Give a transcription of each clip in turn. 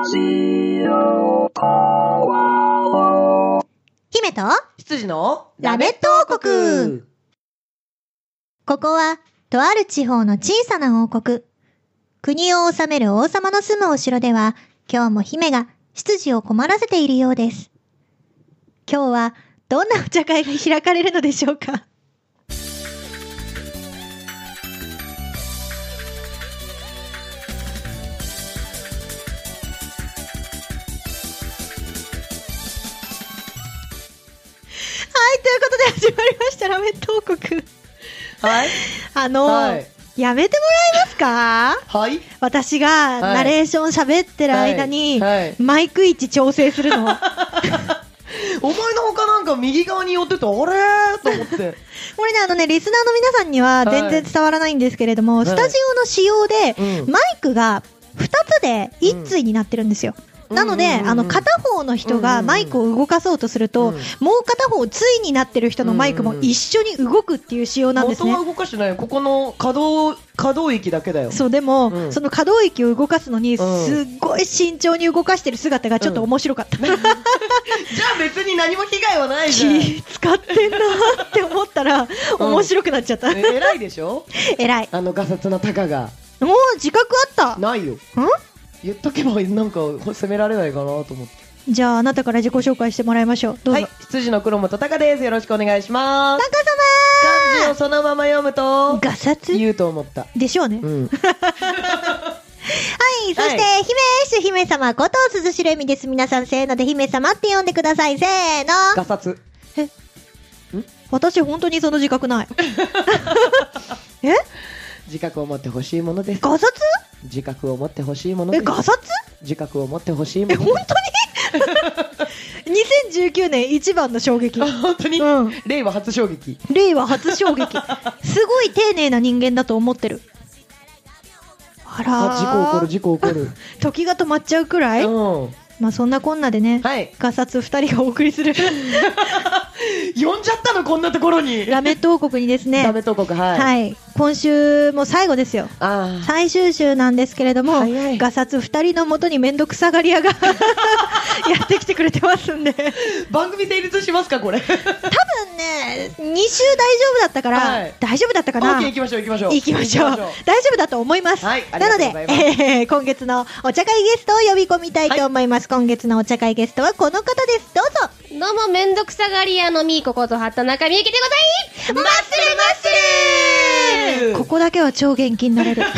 姫と羊のラメット王国。ここはとある地方の小さな王国。国を治める王様の住むお城では、今日も姫が執事を困らせているようです。今日はどんなお茶会が開かれるのでしょうか。はい、ということで始まりましたラメット王国。 はい。はい、 やめてもらえますか？ はい。 私がナレーション喋ってる間に、マイク位置調整するの。 お前の他なんか右側に寄ってた、あれと思って。 これね、リスナーの皆さんには全然伝わらないんですけれども、スタジオの仕様で、マイクが2つで1対になってるんですよ。なので、片方の人がマイクを動かそうとすると、もう片方、対になってる人のマイクも一緒に動くっていう仕様なんですね。 元は動かしてないよ。ここの可動域だけだよ。 そう、でも、その可動域を動かすのに、すっごい慎重に動かしてる姿がちょっと面白かった。じゃあ別に何も被害はないじゃん。 気使ってんなって思ったら、面白くなっちゃった。 偉いでしょ？ 偉い。 ガサツなタカが。 もう自覚あった。 ないよ。言っとけばなんか責められないかなと思って。 じゃああなたから自己紹介してもらいましょう。どうぞ。 はい、羊の黒本タカです。よろしくお願いします。 タカ様漢字をそのまま読むとガサツ言うと思ったでしょうね。はい、そして、姫様こと鈴代恵美です。皆さんせーので姫様って呼んでください。せーの。 ガサツ。 私本当にその自覚ない。 自覚を持ってほしいものです。 ガサツ？ 自覚を持ってほしいものです。 ガサツ？ 自覚を持ってほしいものです。 本当に2019年一番の衝撃。 本当に、令和初衝撃。 令和初衝撃。すごい丁寧な人間だと思ってる。あらー。 事故起こる。 時が止まっちゃうくらい？まあそんなこんなでね、ガサツ2人がお送りする。 呼んじゃったのこんなところに。 ラメット王国にですね。 ラメット王国、 はい。今週も最後ですよ。最終週なんですけれども、ガサツ2人の元にめんどくさがり屋がやってきてくれてますんで。 番組成立しますかこれ？多分ね、2週大丈夫だったから、大丈夫だったかな。 OK、行きましょう。 大丈夫だと思います。なので、今月のお茶会ゲストを呼び込みたいと思います。今月のお茶会ゲストはこの方です。どうぞ。 どうも、めんどくさがり屋のみーここと畑中みゆきでございます。マッスルマッスル。 ここだけは超元気になれる。めんど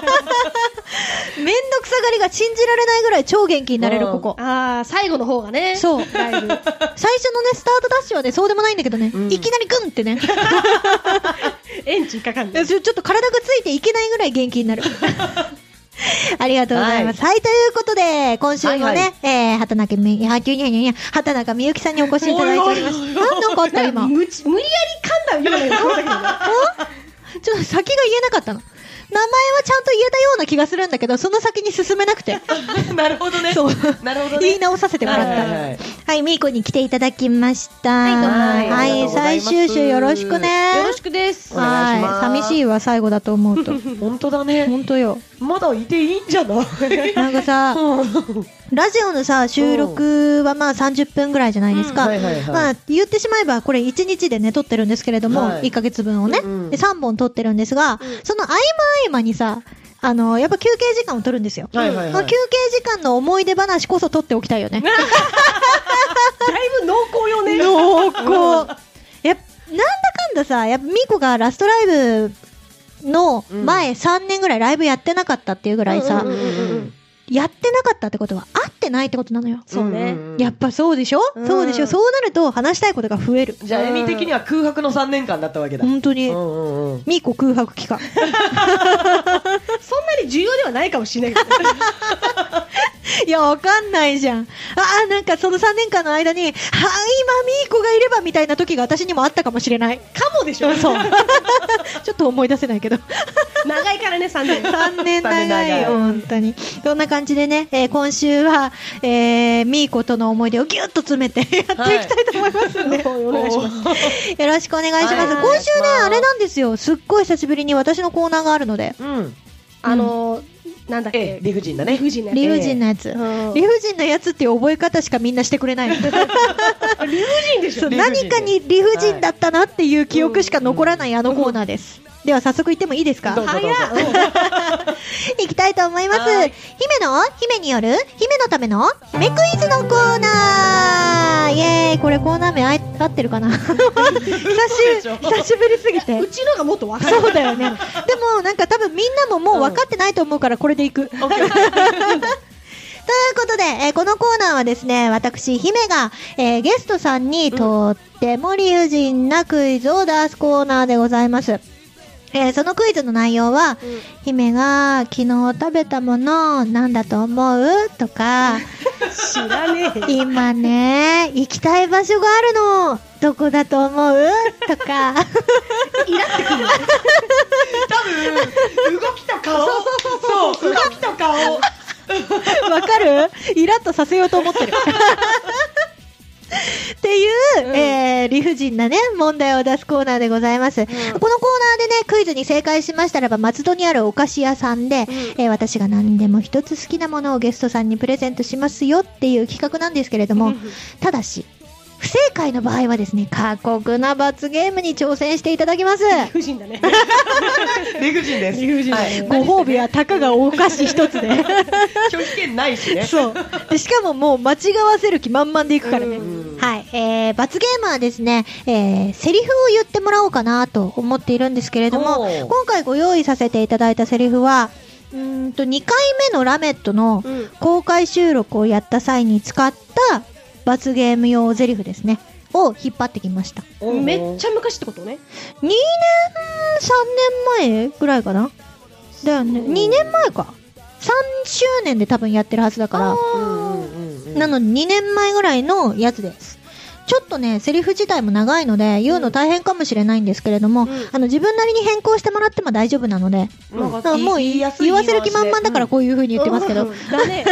くさがりが信じられないぐらい超元気になれる、ここ。 最後の方がね。 そう。だいぶ。最初のね、スタートダッシュはね、そうでもないんだけどね。いきなりグンってね。 エンジンかかんない。 ちょっと体がついていけないぐらい元気になる。ありがとうございます。はい、ということで、今週もね、畑中みゆきさんにお越しいただいております。なんかあった今。 無理やり噛んだような顔だけどね。 ちょっと先が言えなかったの。名前はちゃんと言えたような気がするんだけど、その先に進めなくて。 なるほどね。 そう。 なるほどね。 言い直させてもらった。はい、みーこに来ていただきました。はい、最終週よろしくね。 よろしくです。 はい、寂しいわ、最後だと思うと。 本当だね。 本当よ。 まだいていいんじゃない？ なんかさ、ラジオのさ、収録はまあ30分ぐらいじゃないですか。まあ、言ってしまえば、これ1日でね、撮ってるんですけれども、1ヶ月分をね、で3本撮ってるんですが、その合間にさ、やっぱ休憩時間を取るんですよ。休憩時間の思い出話こそ取っておきたいよね。だいぶ濃厚よね。 濃厚。なんだかんださ、やっぱミコがラストライブの前3年ぐらいライブやってなかったっていうぐらいさ、やってなかったってことは会ってないってことなのよ。 そうね。 やっぱそうでしょ？そうでしょ。そうなると話したいことが増える。 じゃあエミ的には空白の3年間だったわけだ。 本当に。ミコ空白期間。そんなに重要ではないかもしれないけど。 いや、わかんないじゃん。なんかその3年間の間に、今ミーコがいればみたいな時が私にもあったかもしれない。 かもでしょ。 そう。ちょっと思い出せないけど。 長いからね、3年。 3年長いよ、本当に。そんな感じでね、今週は、ミーコとの思い出をギュッと詰めてやっていきたいと思いますので、お願いします。よろしくお願いします。今週ね、あれなんですよ。すっごい久しぶりに私のコーナーがあるので。 なんだっけ、 理不尽だね。 理不尽なやつ。理不尽なやつっていう覚え方しかみんなしてくれない。理不尽でしょ。 何かに理不尽だったなっていう記憶しか残らないあのコーナーです。では早速行ってもいいですか？ どうぞどうぞ。 行きたいと思います。姫による姫のための姫クイズのコーナー。イエーイ。これコーナー名合ってるかな？久しぶりすぎて。 うちのがもっと分かる。 そうだよね。でもなんか多分みんなももう分かってないと思うからこれでいく。ということで、このコーナーはですね、私、姫が、ゲストさんにとっても理不尽なクイズを出すコーナーでございます。そのクイズの内容は、姫が昨日食べたものなんだと思うとか、 知らねえ。 今ね、行きたい場所があるの。どこだと思うとか。 イラってくる。 多分、動きと顔。そう、動きと顔。 わかる？イラッとさせようと思ってる。っていう、理不尽なね、問題を出すコーナーでございます。このコーナーでね、クイズに正解しましたらば、松戸にあるお菓子屋さんで、私が何でも一つ好きなものをゲストさんにプレゼントしますよっていう企画なんですけれども、ただし、不正解の場合はですね、過酷な罰ゲームに挑戦していただきます。 理不尽だね。 理不尽です。 理不尽だね。 ご褒美はたかがお菓子一つで。 拒否権ないしね。 そう。で、しかももう間違わせる気満々でいくからね。はい。罰ゲームはですね、セリフを言ってもらおうかなと思っているんですけれども、今回ご用意させていただいたセリフは、2回目のラメットの公開収録をやった際に使った罰ゲーム用ゼリフですね。を引っ張ってきました。 めっちゃ昔ってことね。 2年、3年前ぐらいかな。だよね。2年前か。3周年で多分やってるはずだから。なので2年前ぐらいのやつです。ちょっとね、セリフ自体も長いので言うの大変かもしれないんですけれども、自分なりに変更してもらっても大丈夫なので、もう言わせる気満々だからこういう風に言ってますけど、 だね。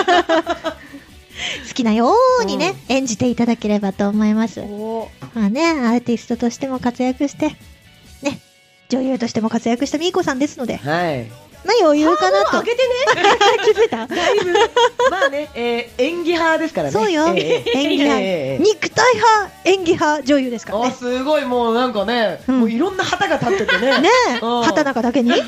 好きなようにね、演じていただければと思います。まあね、アーティストとしても活躍して、ね、女優としても活躍したみーこさんですので、 はい。 まあ余裕かなと。 上げてね。 気づいた？ だいぶ、まあね、演技派ですからね。 そうよ。演技派。肉体派、演技派女優ですからね。 すごい、もうなんかね、もういろんな旗が立っててね。 ねえ、畑中だけに。うまい。う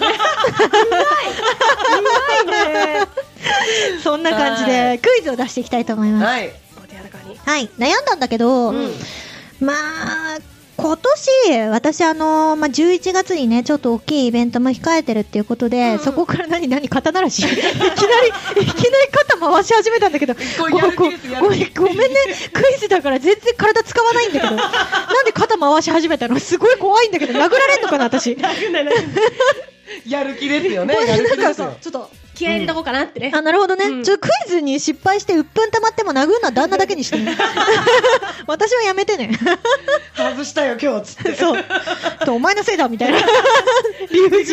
まいね。そんな感じでクイズを出していきたいと思います。 はい。 はい。悩んだんだけど、まあ、今年、私11月にね、ちょっと大きいイベントも控えてるっていうことで、そこから何肩慣らしいきなり肩回し始めたんだけど、ごめんね、クイズだから全然体使わないんだけど、なんで肩回し始めたの？すごい怖いんだけど、殴られんのかな、私。 やる気ですよね。やる気ですよ。 ちょっと気合い入れとこうかなってね。 なるほどね。ちょっとクイズに失敗して鬱憤溜まっても殴るのは旦那だけにしてね。私はやめてね。 外したよ今日つって。 そう。お前のせいだみたいな。理不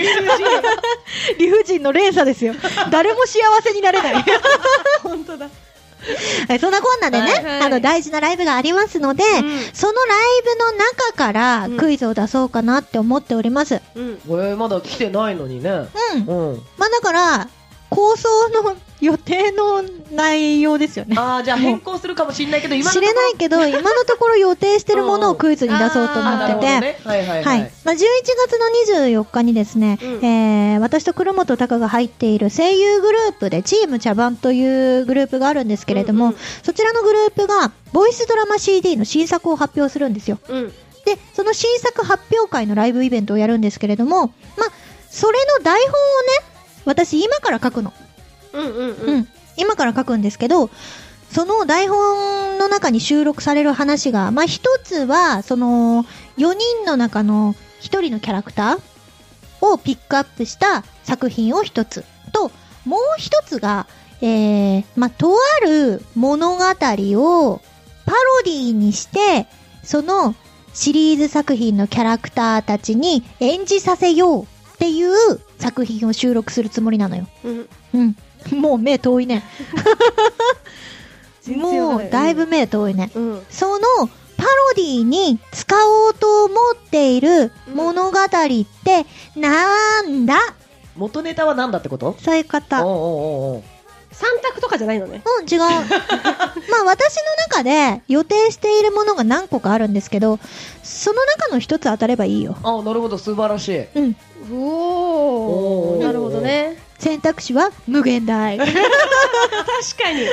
尽の連鎖ですよ。誰も幸せになれない。 本当だ。 そんなこんなでね、大事なライブがありますので、そのライブの中からクイズを出そうかなって思っております。 まだ来てないのにね。 まあだから、構想の予定の内容ですよね。 じゃあ変更するかもしれないけど、 知れないけど、今のところ予定してるものをクイズに出そうと思ってて、はい。11月の24日にですね、私と黒本隆が入っている声優グループで、チーム茶番というグループがあるんですけれども、そちらのグループが、ボイスドラマ CD の新作を発表するんですよ。で、その新作発表会のライブイベントをやるんですけれども、まあ、それの台本をね、私今から書くの。今から書くんですけど、その台本の中に収録される話が、まあ一つは、その、4人の中の1人のキャラクターをピックアップした作品を一つと、もう一つが、まあ、とある物語をパロディにして、そのシリーズ作品のキャラクターたちに演じさせようっていう作品を収録するつもりなのよ。もう目遠いね。もうだいぶ目遠いね。そのパロディに使おうと思っている物語ってなんだっ元ネタは何だってこと？ そういうこと。 おうおうおうおう。 3択とかじゃないのね。 違う。まあ私の中で予定しているものが何個かあるんですけど、その中の一つ当たればいいよ。 あ、なるほど、素晴らしい。 うん。 おー、なるほどね。 選択肢は無限大。 確かに。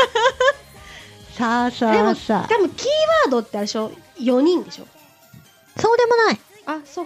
さあさでも、 あさあ。 多分キーワードってあれでしょ ?4 人でしょ？ そうでもない。 あ、そう。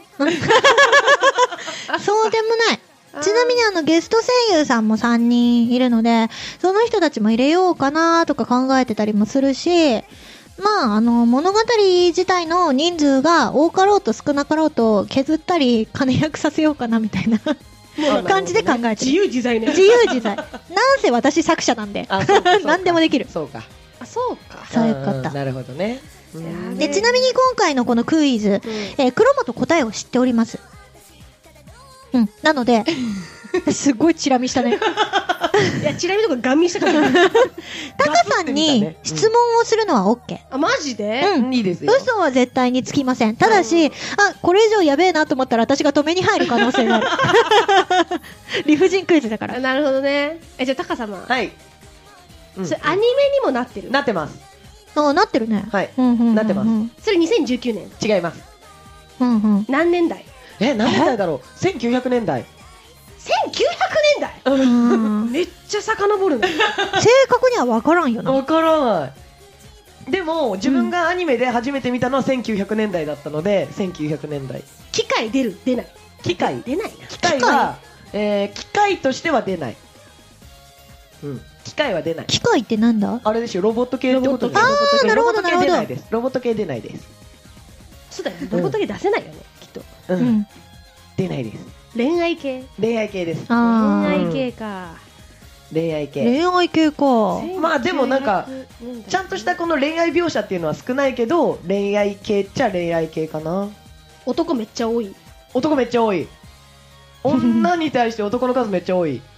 そうでもない。ちなみにゲスト声優さんも3人いるので、その人たちも入れようかなとか考えてたりもするし、まあ、物語自体の人数が多かろうと少なかろうと削ったり、金役させようかなみたいな感じで考えてる。 自由自在ね。 自由自在。なんせ私作者なんで、何でもできる。 そうか。 あ、そうか。 そういうこと。 なるほどね。 で、ちなみに今回のこのクイズ、黒本答えを知っております。なので、すごいチラ見したね。 いや、チラ見とかガン見したから。 タカさんに質問をするのは OK。 あ、マジで？ いいですよ。 嘘は絶対につきません。ただし、これ以上やべえなと思ったら私が止めに入る可能性がある。理不尽クイズだから。 なるほどね。じゃあタカ様。 はい。 それアニメにもなってる？ なってます。 なってるね。 はい。なってます。 それ2019年？ 違います。 何年代？ 何年代だろう。1900年代。 1900年代？めっちゃ遡るね。 正確には分からんよな。 分からない。でも自分がアニメで初めて見たのは1900年代だったので、1900年代。 機械出る？出ない？ 機械出ないな。 機械は機械としては出ない。機械は出ない。 機械ってなんだ？ あれですよ、ロボット系ってことです。 なるほどなるほど。 ロボット系出ないです。 そうだよね。ロボット系出せないよね、きっと。 出ないです。 恋愛系？ 恋愛系です。 恋愛系か。 恋愛系。 恋愛系か。 まあでもなんかちゃんとしたこの恋愛描写っていうのは少ないけど、恋愛系っちゃ恋愛系かな。 男めっちゃ多い。 男めっちゃ多い。女に対して男の数めっちゃ多い。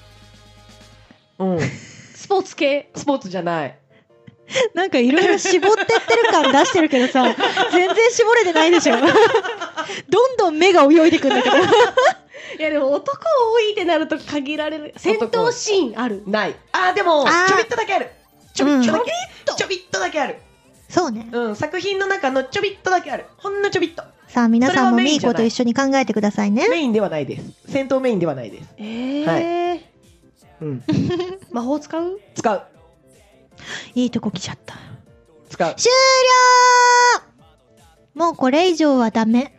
スポーツ系？ スポーツじゃない。 なんかいろいろ絞ってってる感出してるけどさ、全然絞れてないでしょ。どんどん目が泳いでくんだけど。 いやでも男多いってなると限られる。戦闘シーンある？ ない。でもちょびっとだけある。ちょびっとだけある。 そうね。 作品の中のちょびっとだけある。ほんのちょびっと。 さあ皆さんもミーコと一緒に考えてくださいね。 メインではないです。戦闘メインではないです。はい。 魔法使う？ 使う。 いいとこ来ちゃった。 使う。 終了。もうこれ以上はダメ。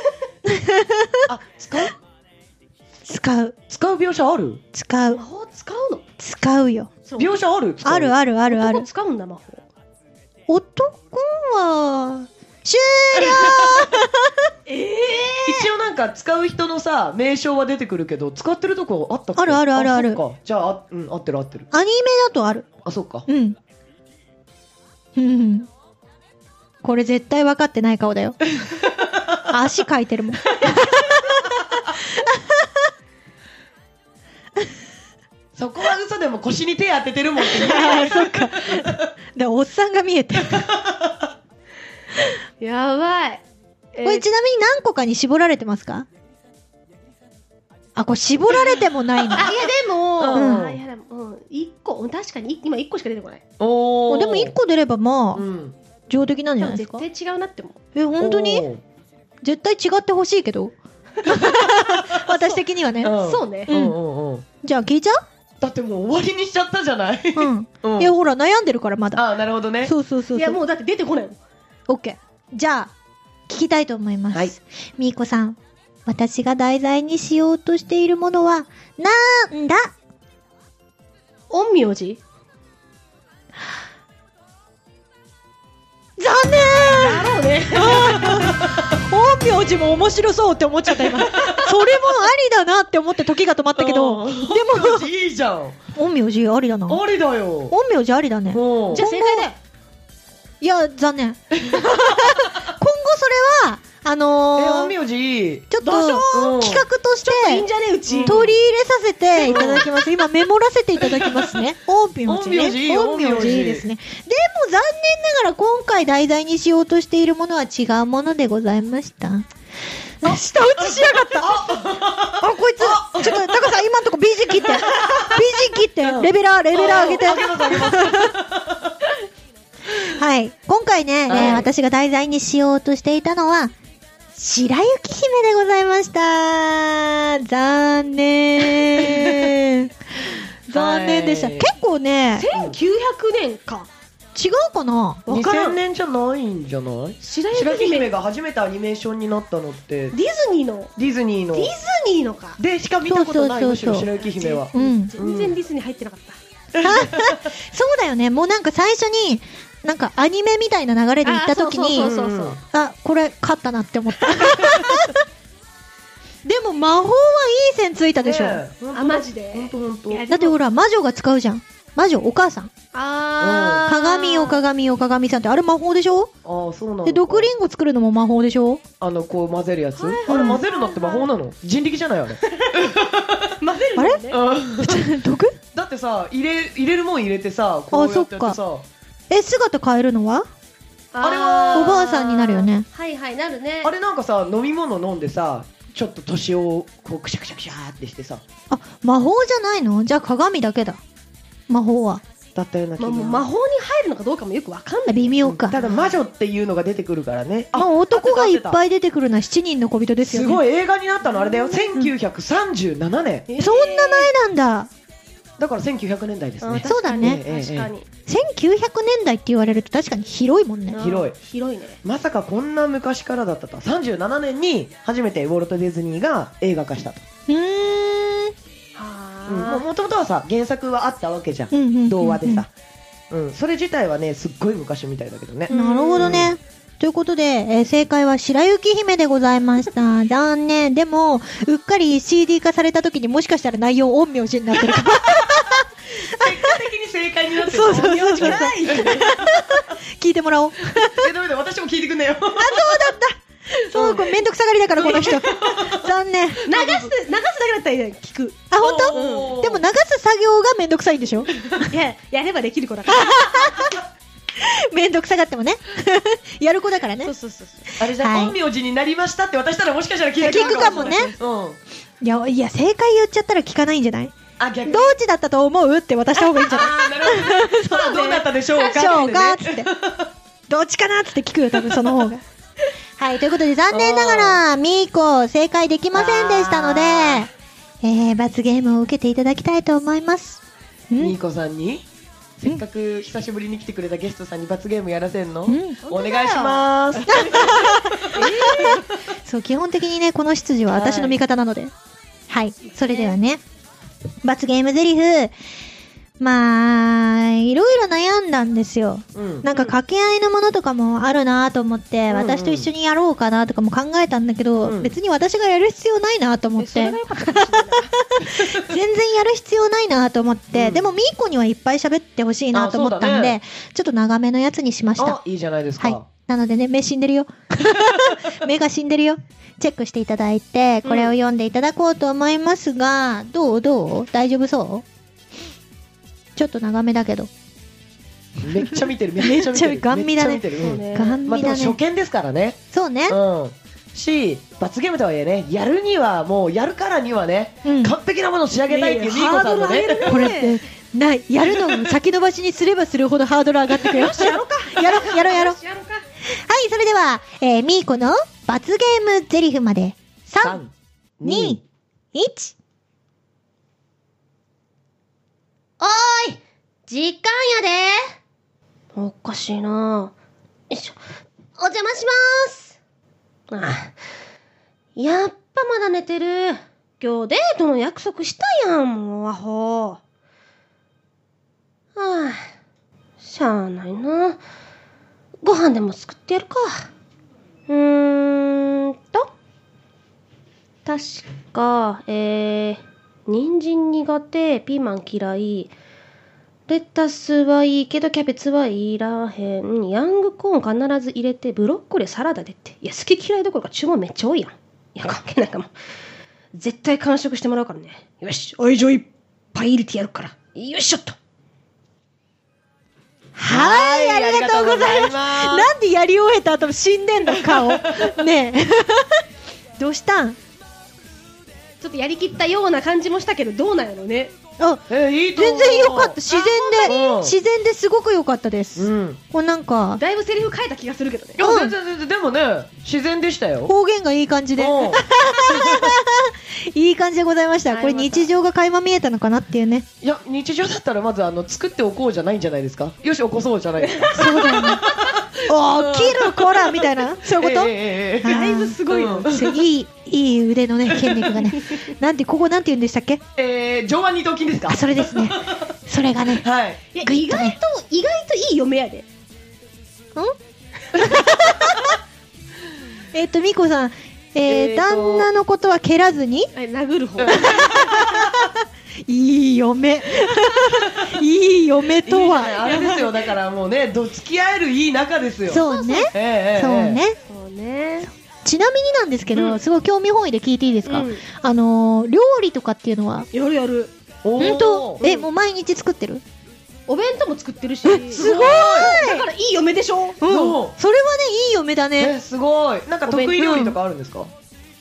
使う描写ある？ 使う。 魔法使うの？ 使うよ。 描写ある？ ある。 男使うんだ魔法。 男は終了。 一応なんか使う人のさ名称は出てくるけど、使ってるとこあったっけ？ ある。 じゃあ合ってる。 アニメだとある。 そうか。 これ絶対分かってない顔だよ。足かいてるもん。 そこは嘘でも腰に手当ててるもんって言う。そっか。でおっさんが見えてる。 やばい。 これちなみに何個かに絞られてますか？これ絞られてもないの。 いやでも、1個、確かに今1個しか出てこない。 でも1個出ればまあ、上出来なんじゃないですか？ 絶対違うなって思う。 本当に？絶対違ってほしいけど。私的にはね。 そうね。 じゃあ聞いちゃう？ だってもう終わりにしちゃったじゃない？ いやほら悩んでるからまだ。 なるほどね。 そう。 いやもうだって出てこないもん。 オッケー。じゃあ聞きたいと思います。みーこさん、私が題材にしようとしているものはなんだ？ 陰陽師？ 残念。 だろうね。 陰陽師も面白そうって思っちゃった今。それもありだなって思って時が止まったけど、でもいいじゃん。 陰陽師ありだな。 ありだよ。 陰陽師ありだね。 じゃあ正解だよ。 いや残念。今後それは陰陽師ちょっと企画としていいんじゃねうち取り入れさせていただきます。今メモらせていただきますね。陰陽師ね。陰陽師いいですね。でも残念ながら今回題材にしようとしているものは違うものでございました。 下打ちしやがった。あ、こいつ、ちょっと、タカさん、今んとこ BG 切って。BG 切って、レベラー上げて。はい。今回ね、私が題材にしようとしていたのは、白雪姫でございました。残念。残念でした。結構ね、 1900年か。 違うかな ？2000年じゃないんじゃない？白雪姫が初めてアニメーションになったのってディズニーのか。 でしか見たことないむしろ白雪姫は。 全然ディズニー入ってなかった。 そうだよね。もうなんか最初になんかアニメみたいな流れで行った時に、あ、これ勝ったなって思った。でも魔法はいい線ついたでしょ。 あ、マジで。 だってほら魔女が使うじゃん。魔女お母さん。鏡さんってあれ魔法でしょ。 あ、そうなの。 で毒リンゴ作るのも魔法でしょ。 こう混ぜるやつ。あれ混ぜるのって魔法なの？人力じゃないあれ。 混ぜるのね。 あれ？毒？ だってさ入れるもん入れてさ、こうやってさ。 姿変えるのは？ あれはおばあさんになるよね。 はいはい、なるね。 あれなんかさ、飲み物飲んでさ、ちょっと年をこうクシャクシャクシャーってしてさ。 あ、魔法じゃないの？じゃあ鏡だけだ。魔法は。 だったような気が。 魔法に入るのかどうかもよくわかんない。 微妙か。 ただ魔女っていうのが出てくるからね。 男がいっぱい出てくるのは7人の小人ですよね。 すごい映画になったのあれだよ。1937年。 そんな前なんだ。 だから1900年代ですね。 そうだね。 確かに。 1900年代って言われると確かに広いもんね。 広いね。 まさかこんな昔からだったとは。37年に初めてウォルト・ディズニーが映画化したと。もともとはさ原作はあったわけじゃん。童話でさ。それ自体はねすっごい昔みたいだけどね。 なるほどね。ということで、正解は白雪姫でございました。残念。でも、うっかり CD 化された時にもしかしたら内容陰陽師になってるかも。 結果的に正解になってる。 そう聞いてもらおう。 ダメだ、私も聞いてくんなよ。 あ、そうだった。そう、これめんどくさがりだからこの人。残念。 流すだけだったら聞く。 あ、本当？でも流す作業がめんどくさいんでしょ？ いや、やればできる子だから。 めんどくさがってもね。やる子だからね。 そう。 あれじゃ陰陽師になりましたって渡したらもしかしたら聞くかもね。いや、正解言っちゃったら聞かないんじゃない？ あ、逆に。 どっちだったと思うって渡した方がいいんじゃない？ なるほど。さあ、どうだったでしょうかつって。どっちかなつって聞くよ、多分その方が。はい、ということで残念ながら、みーこ正解できませんでしたので、罰ゲームを受けていただきたいと思います。 みーこさんにせっかく久しぶりに来てくれたゲストさんに罰ゲームやらせんの？お願いします。 そう、基本的にね、この執事は私の味方なので。はい、それではね、罰ゲームゼリフ。まあ、いろいろ悩んだんですよ。なんか掛け合いのものとかもあるなと思って、私と一緒にやろうかなとかも考えたんだけど、別に私がやる必要ないなと思って。全然やる必要ないなと思って、でもみーこにはいっぱい喋ってほしいなと思ったんで、ちょっと長めのやつにしました。 いいじゃないですか。 はい。なのでね、目死んでるよ。目が死んでるよ。チェックしていただいて、これを読んでいただこうと思いますが、どう大丈夫そう？ちょっと長めだけど。 めっちゃ見てる。めっちゃ見てる。 ガン見だね。ガン見だね。 初見ですからね。 そうね。 罰ゲームとはいえね、やるにはもうやるからにはね、完璧なものを仕上げたいっていうみーこさんのね。 これってやるの先延ばしにすればするほどハードル上がってくるよ。よし、やろうか。やろう。はい、それではみーこの罰ゲームゼリフまで3、2、1。 おーい、時間やで。おかしいな。よいしょ。お邪魔しまーす。やっぱまだ寝てる。今日デートの約束したやん、もうアホ。しゃあないな。ご飯でも作ってやるか。確か、人参苦手、ピーマン嫌い、レタスはいいけどキャベツはいらへん、ヤングコーン必ず入れて、ブロッコリーサラダでって。いや、好き嫌いどころか注文めっちゃ多いやん。いや、関係ないかも。絶対完食してもらうからね。よし、愛情いっぱい入れてやるから。よいしょっと。 はい、ありがとうございます。なんでやり終えた後死んでんの顔。ねえ。 どうしたん？ ちょっとやりきったような感じもしたけど、どうなんやろね。 あ、 いいと思う。 全然良かった。自然ですごく良かったです。こうなんかだいぶセリフ変えた気がするけどね。 いや全然でもね、自然でしたよ。 方言がいい感じでいい感じでございました。これ日常が垣間見えたのかなっていうね。 いや日常だったらまず作っておこうじゃないんじゃないですか。よし起こそうじゃないですか。 そうだよね。おー切るこらみたいな、そういうこと。 だいぶすごいよ。 いい腕のね筋肉がね。なんてここなんて言うんでしたっけ？ 上腕二頭筋ですか？ あ、それですね。それがね。 はい。 いや意外といい嫁やで。 みこさん、旦那のことは蹴らずに殴る方。 いい嫁いい嫁とはあれですよ。だからもうね、付き合えるいい仲ですよ。 そうね、そうね。ちなみになんですけど、すごい興味本位で聞いていいですか？料理とかっていうのはやる。 本当？もう毎日作ってる？ お弁当も作ってるし。 すごい。 だからいい嫁でしょ。 それはね、いい嫁だね。 すごい。なんか得意料理とかあるんですか？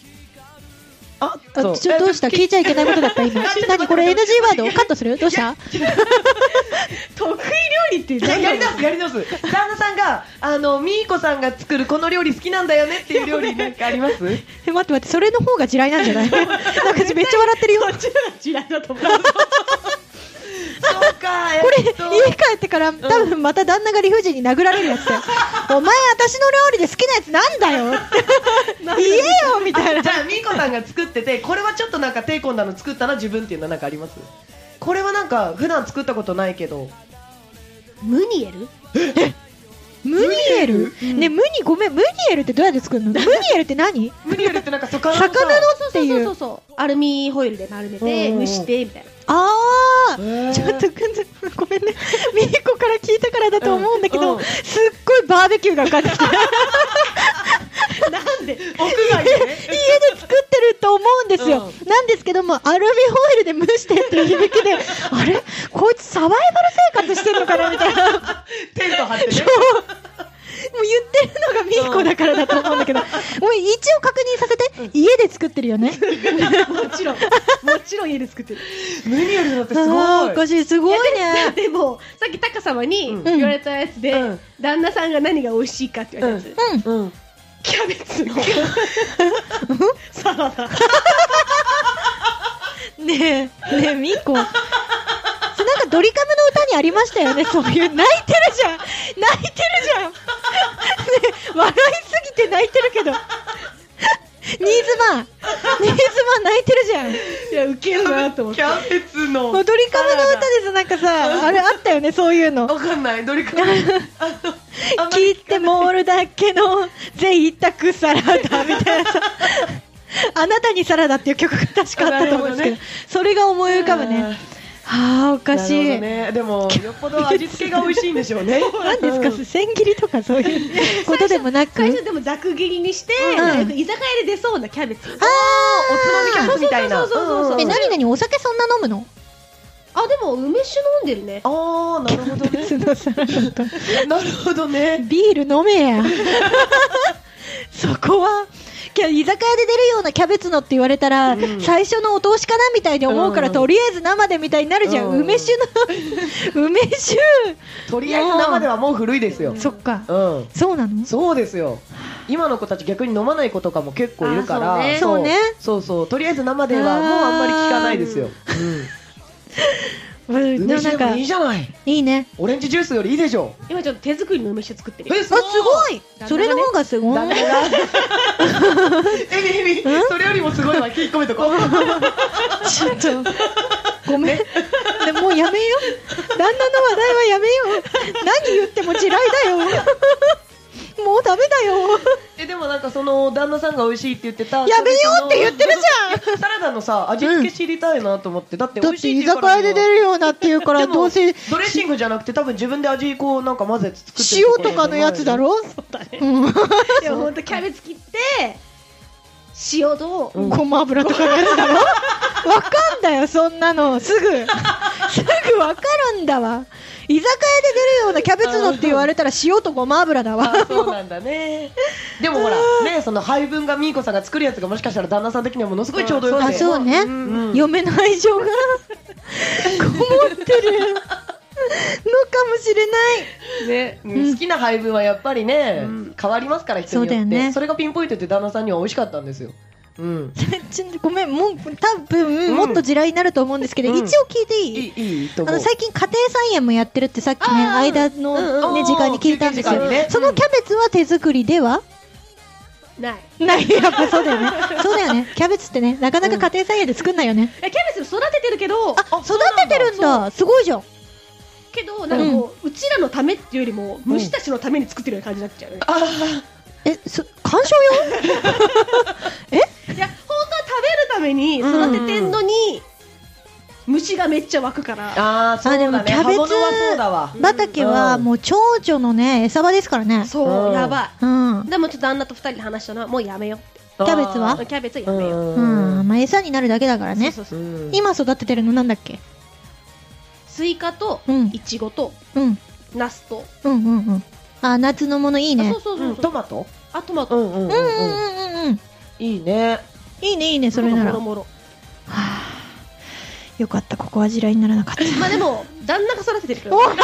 どうした？聞いちゃいけないことだった今。何これ NG ワードカットする？どうした？ 得意料理ってやり直す。旦那さんがみーこさんが作るこの料理好きなんだよねっていう料理なんかあります？ 待って、それの方が地雷なんじゃない？なんかめっちゃ笑ってるよ。 こっちが地雷だと思う。 そうか。 これ家帰ってから多分また旦那が理不尽に殴られるやつだよ。お前私の料理で好きなやつなんだよって言えよみたいな。 じゃあみーこさんが作ってて、これはちょっとなんか手込んだの作ったな自分っていうのはなんかあります？これはなんか普段作ったことないけど。 ムニエル？ ムニエル？ね、ムニエルってどうやって作るの？ムニエルって何？ ムニエルってなんか魚のっていう。 そう。アルミホイルで丸めて蒸してみたいな。 ちょっとごめんね、みーこから聞いたからだと思うんだけど、すっごいバーベキューが浮かんできてなんで屋外でね家で作ってると思うんですよ、なんですけどもアルミホイルで蒸してっていう響きであれこいつサバイバル生活してるのかなみたいなテント張ってねもう言ってるのがみーこだからだと思うんだけど、もう一応確認させて、家で作ってるよねもちろん家で作ってる。 ムニエルだってすごい。 おかしい、すごいね。 でもさっきタカ様に言われたやつで、旦那さんが何が美味しいかって言われたやつ、キャベツのサラダねえみーこ、なんかドリカムの歌にありましたよね、そういう泣いてるじゃんね、笑いすぎて泣いてるけど新妻泣いてるじゃん。 いやウケるなと思って。 キャベツのドリカムの歌です。なんかさ、あれあったよね、そういうの。 わかんない。ドリカム切って盛るだけの贅沢サラダみたいなさあなたにサラダっていう曲が確かあったと思うんですけど、それが思い浮かぶね。はあ、おかしい、 ね、でもよっぽど味付けが美味しいんでしょうね何ですか、千切りとかそういうことでもなく、 最初でもざく切りにして、居酒屋で出そうなキャベツ、 おつまみキャベツみたいな。 何お酒そんな飲むの？ でも梅酒飲んでるね。 なるほどねなるほどね。 ビール飲めやそこは居酒屋で出るようなキャベツのって言われたら、最初のお通しかなみたいに思うから、とりあえず生でみたいになるじゃん、梅酒とりあえず生ではもう古いですよ。 そっか、そうなの？ そうですよ。今の子たち逆に飲まない子とかも結構いるから、 そうね、 そうとりあえず生ではもうあんまり聞かないですよ。梅酒でもいいじゃない。いいね。 オレンジジュースよりいいでしょ。 今ちょっと手作りの梅酒作ってる。 すごい。それの方がすごい。 エミそれよりもすごいわ。聞き込めとこう。 ちょっとごめん。でもうやめよう。旦那の話題はやめよう。何言っても地雷だよ。もうダメだよ。 でもなんかその旦那さんが美味しいって言ってたやめようって言ってるじゃん。 サラダのさ味付け知りたいなと思って、だって美味しいって居酒屋で出るようなっていうからどうせドレッシングじゃなくて多分自分で味こうなんか混ぜて作ってる塩とかのやつだろ。 そうだね。でも本当キャベツ切って塩とごま油とかのやつだろ。わかんだよ、そんなの。すぐわかるんだわ。居酒屋で出るようなキャベツのって言われたら塩とごま油だわ。 そうなんだね。でもほらね、その配分がみーこさんが作るやつがもしかしたら旦那さん的にはものすごいちょうどよくて、 あ、そうね、嫁の愛情がこもってるのかもしれないね。好きな配分はやっぱりね、変わりますから人によって。 そうだよね。 それがピンポイントって旦那さんには美味しかったんですよ。 ごめん、もう多分もっと地雷になると思うんですけど、一応聞いていい？ いいと思う。 最近家庭菜園もやってるってさっきね、間のね時間に聞いたんですよ。そのキャベツは手作りではない、やっぱそうだよね。そうだよね。キャベツってね、なかなか家庭菜園で作んないよね。 キャベツ育ててるけど、 育ててるんだ。すごいじゃん。けどなんかもううちらのためっていうよりも虫たちのために作ってるような感じになっちゃうね。 鑑賞用？ いや、本当は食べるために育ててんのに、虫がめっちゃ湧くから。 そうだね。 キャベツ畑はもう蝶々のね餌場ですからね。 そう、やばい。でもちょっと旦那と2人で話したのはもうやめよって。 キャベツはやめよう。 まあ餌になるだけだからね。今育ててるのなんだっけ？ スイカとイチゴとナスと。 夏のものいいね。 トマト？ トマト。 いいね。 いいね、それなら。よかった、ここは地雷にならなかった。 まあでも旦那が育ててるから。 またか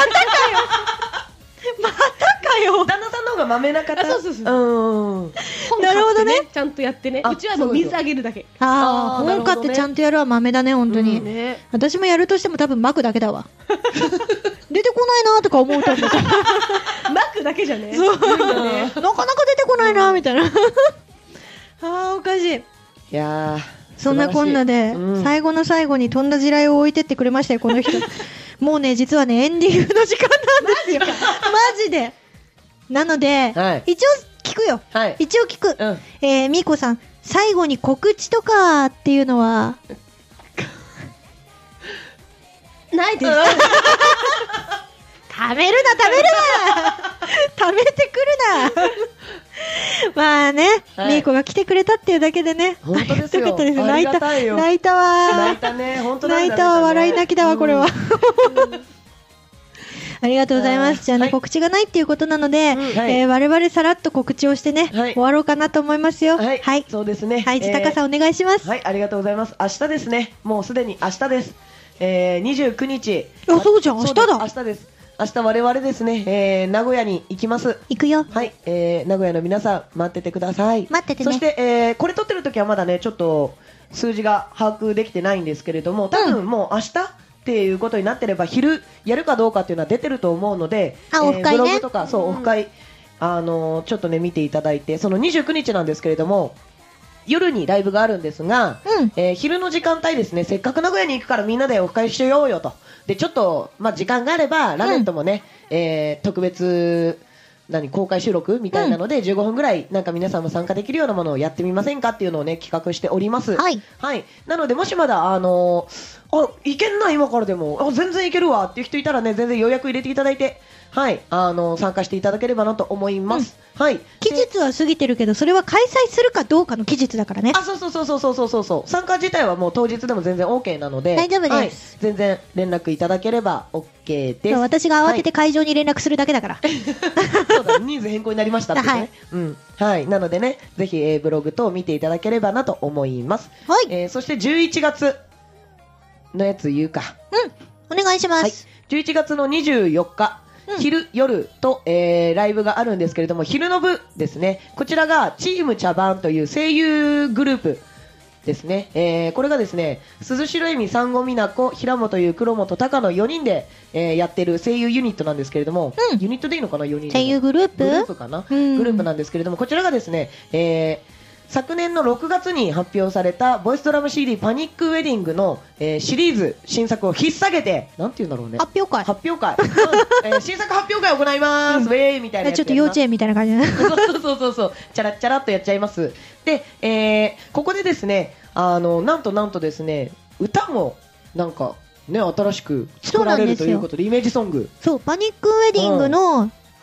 よ。 旦那さんの方が豆な方。 そう。 なるほどね。 ちゃんとやってね。うちはもう水あげるだけ。 本買ってちゃんとやるは豆だね、本当に。私もやるとしても多分巻くだけだわ。出てこないなとか思うと思う。 巻くだけじゃね。 なかなか出てこないなみたいな。おかしい。 いやそんなこんなで最後の最後にとんだ地雷を置いてってくれましたよ、この人。もうね、実はねエンディングの時間なんですよ。マジで。なので一応聞くよ。一応聞く。みーこさん、最後に告知とかっていうのはないです。食べるな食べてくるな。まあね、みーこが来てくれたっていうだけでね、 本当ですよ。 泣いたわ。 泣いたね、本当泣いたわ、笑い泣きだわ、これは。ありがとうございます。じゃあね、告知がないっていうことなので、我々さらっと告知をしてね、終わろうかなと思いますよ。はい、 そうですね。 はい、高さんお願いします。 はい、ありがとうございます。明日ですね、もうすでに明日です。29日。 そうじゃん、明日だ。 明日です。明日我々ですね、名古屋に行きます。 行くよ。 はい、名古屋の皆さん待っててください。 待っててね。 そして、これ撮ってる時はまだね、ちょっと数字が把握できてないんですけれども、多分もう明日っていうことになってれば昼やるかどうかっていうのは出てると思うので、 オフ会ね。 ブログとかオフ会ちょっとね見ていただいて、その29日なんですけれども。夜にライブがあるんですが、昼の時間帯ですね、せっかく名古屋に行くからみんなでオフ会しようよと。で、ちょっと、時間があれば、ラメットもね、特別、公開収録みたいなので、15分ぐらい、なんか皆さんも参加できるようなものをやってみませんかっていうのをね、企画しております。 はい。 なので、もしまだ、いけんな、今からでも、全然いけるわっていう人いたらね、全然予約入れていただいて、はい、参加していただければなと思います。はい。 期日は過ぎてるけど、それは開催するかどうかの期日だからね。 そう。参加自体はもう当日でも全然 OK なので、 大丈夫です。 全然連絡いただければ OK です。 私が慌てて会場に連絡するだけだから。 そうだ、人数変更になりましたってね。はい。なのでね、ぜひ、ブログ等見ていただければなと思います。 はい。 そして11月のやつ言うか。 お願いします。 11月の24日。昼、夜と、ライブがあるんですけれども、昼の部ですね。こちらがチーム茶番という声優グループですね。これがですね、鈴代恵美、産後美奈子、平本優、黒本隆の4人で、やってる声優ユニットなんですけれども、ユニットでいいのかな、4人。 声優グループ？ グループかな、グループなんですけれども、こちらがですね、昨年の6月に発表されたボイスドラム CD パニックウェディングの、シリーズ新作を引っ提げて、なんて言うんだろうね。 発表会。 新作発表会を行います。ウェーイみたいなやつ。 ちょっと幼稚園みたいな感じだね。 そう。チャラッチャラっとやっちゃいます。で、ここでですね、なんとですね、歌もなんかね、新しく作られるということで、イメージソング。 そう、パニックウェディングの、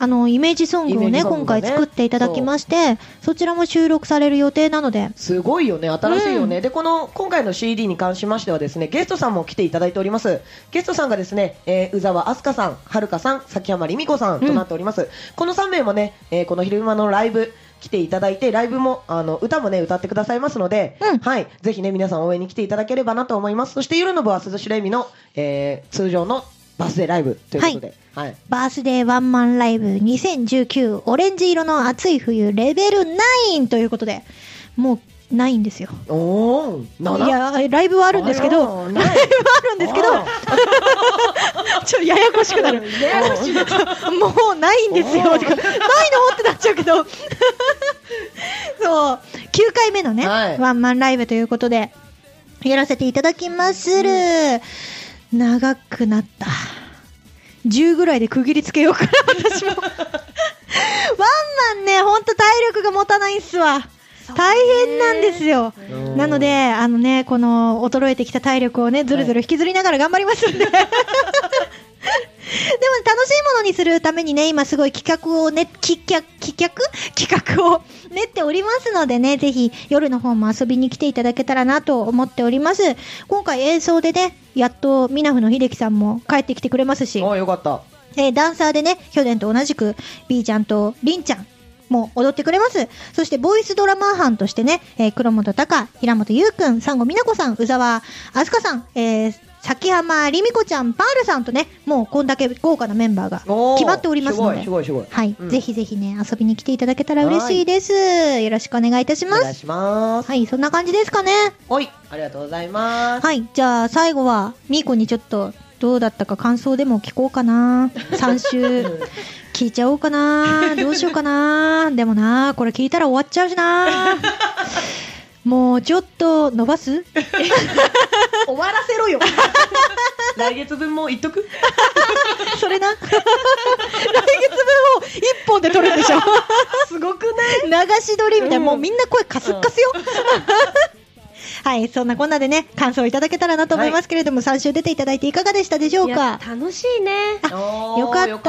イメージソングをね、今回作っていただきまして、そちらも収録される予定なので。 すごいよね、新しいよね。で、今回の CD に関しましてはですね、ゲストさんも来ていただいております。ゲストさんがですね、宇沢明日香さん、はるかさん、崎山りみこさんとなっております。この3名もね、この昼間のライブ、来ていただいて、ライブも、歌もね、歌ってくださいますので、はい、ぜひね、皆さん応援に来ていただければなと思います。そして夜の部は鈴代恵美の、通常のバースデーライブということで、はい、 バースデーワンマンライブ2019オレンジ色の暑い冬レベル9ということで、もうないんですよ。 おー、 いや、ライブはあるんですけど、ライブはあるんですけど、ちょっとややこしくなる。もうないんですよ。ないのってなっちゃうけど、そう、9回目のね、ワンマンライブということで、やらせていただきまする。長くなった。10ぐらいで区切りつけようかな、私も。ワンマンね、ほんと体力が持たないんすわ。大変なんですよ。なので、この衰えてきた体力をね、ずるずる引きずりながら頑張りますんで。でも楽しいものにするためにね、今すごい企画を練っておりますのでね、ぜひ夜の方も遊びに来ていただけたらなと思っております。今回演奏でね、やっとミナフの秀樹さんも帰ってきてくれますし、 よかった。 ダンサーでね、ヒョデンと同じく B ちゃんとリンちゃんも踊ってくれます。そしてボイスドラマー班としてね、黒本隆、平本優くん、サンゴ美奈子さん、宇沢明日香さん、崎浜りみこちゃん、パールさんとね、もうこんだけ豪華なメンバーが決まっておりますので、はい、ぜひぜひね、遊びに来ていただけたら嬉しいです。よろしくお願いいたします。お願いします。 はい、そんな感じですかね。 はい、ありがとうございます。 はい、じゃあ最後はみーこにちょっとどうだったか感想でも聞こうかな。3週聞いちゃおうかな。どうしようかな。でもな、これ聞いたら終わっちゃうしな。もうちょっと伸ばす終わらせろよ。 来月分も言っとくそれな。来月分を1本で撮るんでしょ。 すごくない？ 流し撮りみたいな、もうみんな声カスッカスよ。はい、そんなこんなでね、感想いただけたらなと思いますけれども、3週出ていただいていかがでしたでしょうか？ 楽しいね。 よかった。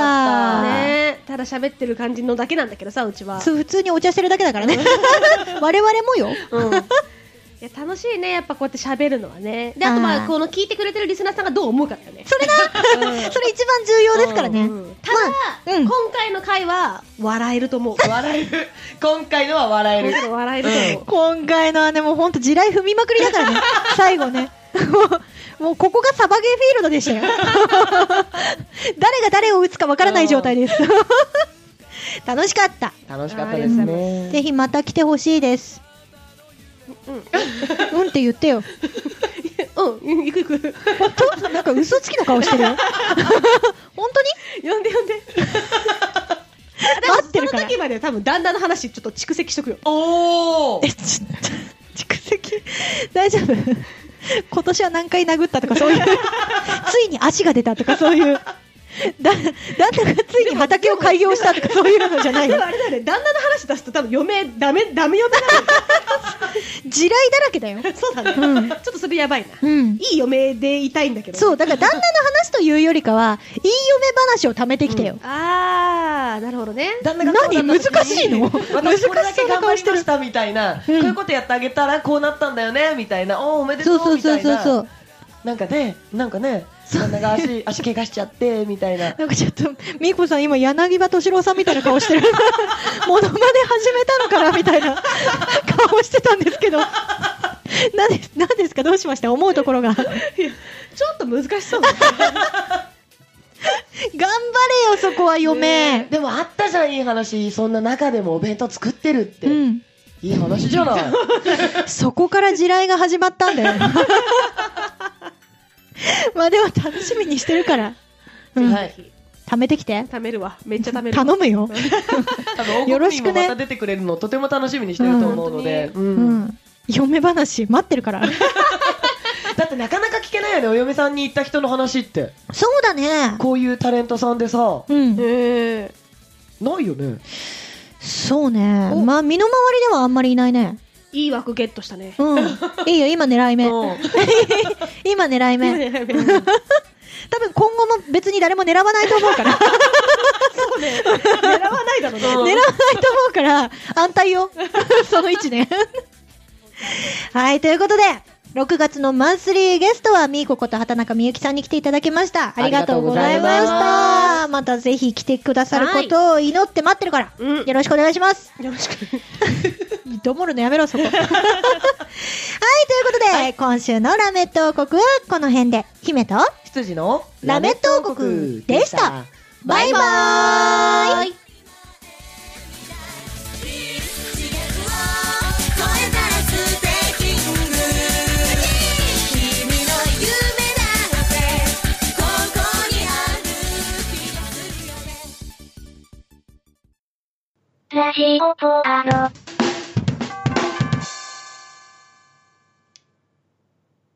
ね、ただ喋ってる感じのだけなんだけどさ、うちは。 そう、普通にお茶してるだけだからね。我々もよ。 いや楽しいね、やっぱこうやって喋るのはね。で、あとまあこの聞いてくれてるリスナーさんがどう思うかだよね。 それな、それ一番重要ですからね。 ただ、今回の回は笑えると思う。 笑える。今回のは笑える。 笑えると思う。 今回のはね、もうほんと地雷踏みまくりだからね。最後ね。もうここがサバゲーフィールドでしたよ。誰が誰を撃つかわからない状態です。楽しかった。 楽しかったですね。 ぜひまた来てほしいです。うんって言ってよ。 行く行く。 本当？なんか嘘つきの顔してるよ。本当に？呼んで。待ってるから。その時まで多分旦那の話ちょっと蓄積しとくよ。 おー。 蓄積大丈夫？今年は何回殴ったとかそういう。ついに足が出たとかそういう。旦那がついに畑を開業したとかそういうのじゃないの。 でもあれだよね、旦那の話出すと多分嫁ダメ嫁なの。 地雷だらけだよ。 そうだね、ちょっとそれやばいな、いい嫁でいたいんだけど、 そうだから旦那の話というよりかはいい嫁話を貯めてきてよ、 あーなるほどね。 旦那が何難しいの？ 私これだけ頑張りましたみたいな、こういうことやってあげたらこうなったんだよねみたいな、おめでとうみたいな、なんかね旦那が足怪我しちゃってみたいな。 なんかちょっとみーこさん今柳葉敏郎さんみたいな顔してる。モノマネ始めたのかなみたいな顔してたんですけど。何ですか？どうしました？思うところが。ちょっと難しそうだね。 頑張れよそこは嫁。 でもあったじゃんいい話。そんな中でもお弁当作ってるって、いい話じゃない。 そこから地雷が始まったんだよ。まあでも楽しみにしてるから、貯めてきて。 貯めるわ、めっちゃ貯める。 頼むよ。 よろしくね。また出てくれるのとても楽しみにしてると思うので、 嫁話待ってるから。 だってなかなか聞けないよね、お嫁さんに行った人の話って。 そうだね。 こういうタレントさんでさ、ないよね。 そうね。まあ身の回りではあんまりいないね。 いい枠ゲットしたね。 いいよ、今狙い目。今狙い目。多分今後も別に誰も狙わないと思うから。 そうね。狙狙わないと思うから、安泰よ。その1年。はい、ということで、6月のマンスリーゲストはみーここと畑中みゆきさんに来ていただきました。ありがとうございました。またぜひ来てくださることを祈って待ってるから、よろしくお願いします。 よろしく。 どもるのやめろ、そこ。はい、ということで、今週のラメット王国はこの辺で、姫と羊のラメット王国でした。バイバーイ。 ラジオポアド。